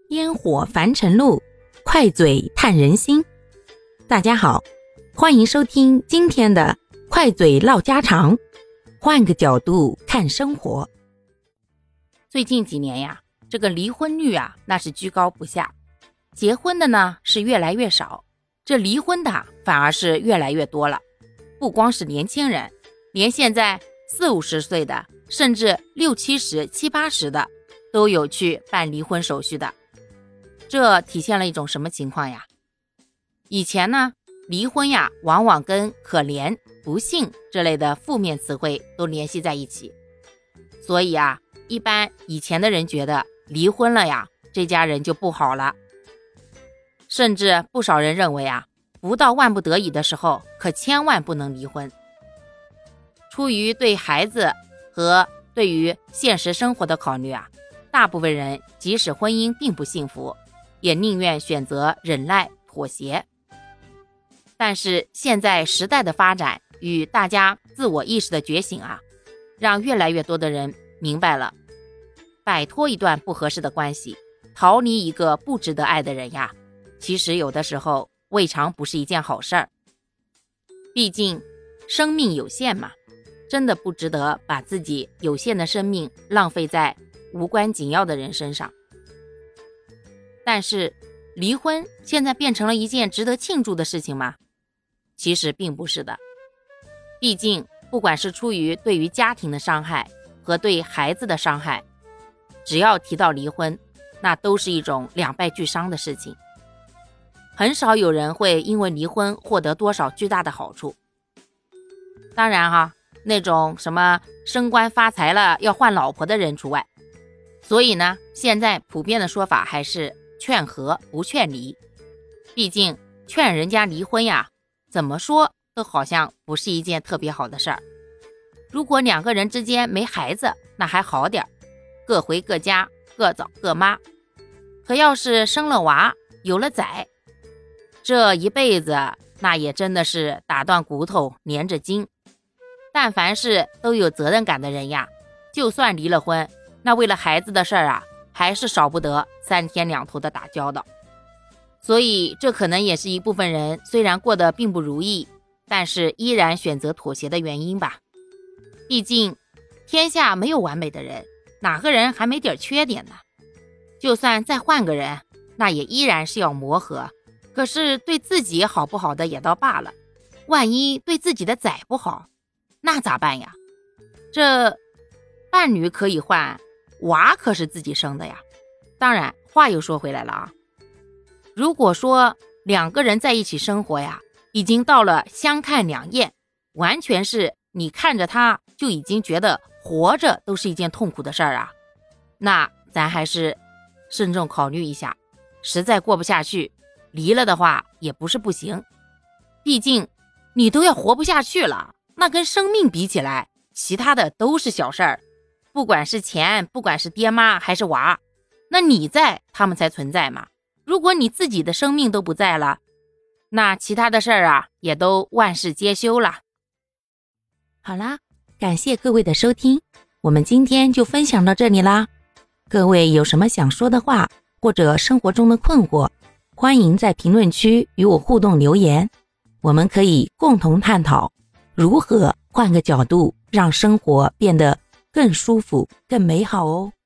烟火凡尘路，快嘴探人心。大家好，欢迎收听今天的快嘴唠家常，换个角度看生活。最近几年呀，这个离婚率啊，那是居高不下，结婚的呢是越来越少，这离婚的反而是越来越多了。不光是年轻人，连现在40-50岁的，甚至60-70、70-80的都有去办离婚手续的。这体现了一种什么情况呀？以前呢，离婚呀往往跟可怜、不幸这类的负面词汇都联系在一起，所以啊，一般以前的人觉得离婚了呀，这家人就不好了。甚至不少人认为啊，不到万不得已的时候，可千万不能离婚。出于对孩子和对于现实生活的考虑啊，大部分人即使婚姻并不幸福，也宁愿选择忍耐妥协。但是现在时代的发展与大家自我意识的觉醒啊，让越来越多的人明白了，摆脱一段不合适的关系，逃离一个不值得爱的人呀，其实有的时候未尝不是一件好事儿。毕竟生命有限嘛，真的不值得把自己有限的生命浪费在无关紧要的人身上。但是离婚现在变成了一件值得庆祝的事情吗？其实并不是的。毕竟不管是出于对于家庭的伤害和对孩子的伤害，只要提到离婚，那都是一种两败俱伤的事情。很少有人会因为离婚获得多少巨大的好处。当然哈，那种什么升官发财了要换老婆的人除外。所以呢，现在普遍的说法还是劝和不劝离。毕竟劝人家离婚呀，怎么说都好像不是一件特别好的事儿。如果两个人之间没孩子，那还好点，各回各家，各找各妈。可要是生了娃，有了崽，这一辈子那也真的是打断骨头连着筋。但凡是都有责任感的人呀，就算离了婚，那为了孩子的事儿啊，还是少不得3天2头的打交道。所以这可能也是一部分人虽然过得并不如意，但是依然选择妥协的原因吧。毕竟天下没有完美的人，哪个人还没点缺点呢？就算再换个人，那也依然是要磨合。可是对自己好不好的也倒罢了，万一对自己的崽不好，那咋办呀？这伴侣可以换，娃可是自己生的呀。当然话又说回来了啊，如果说两个人在一起生活呀，已经到了相看两厌，完全是你看着他就已经觉得活着都是一件痛苦的事儿啊，那咱还是慎重考虑一下，实在过不下去，离了的话也不是不行。毕竟你都要活不下去了，那跟生命比起来，其他的都是小事儿。不管是钱，不管是爹妈还是娃，那你在，他们才存在嘛。如果你自己的生命都不在了，那其他的事儿啊，也都万事皆休了。好啦，感谢各位的收听，我们今天就分享到这里啦。各位有什么想说的话，或者生活中的困惑，欢迎在评论区与我互动留言，我们可以共同探讨如何换个角度让生活变得更舒服、更美好哦。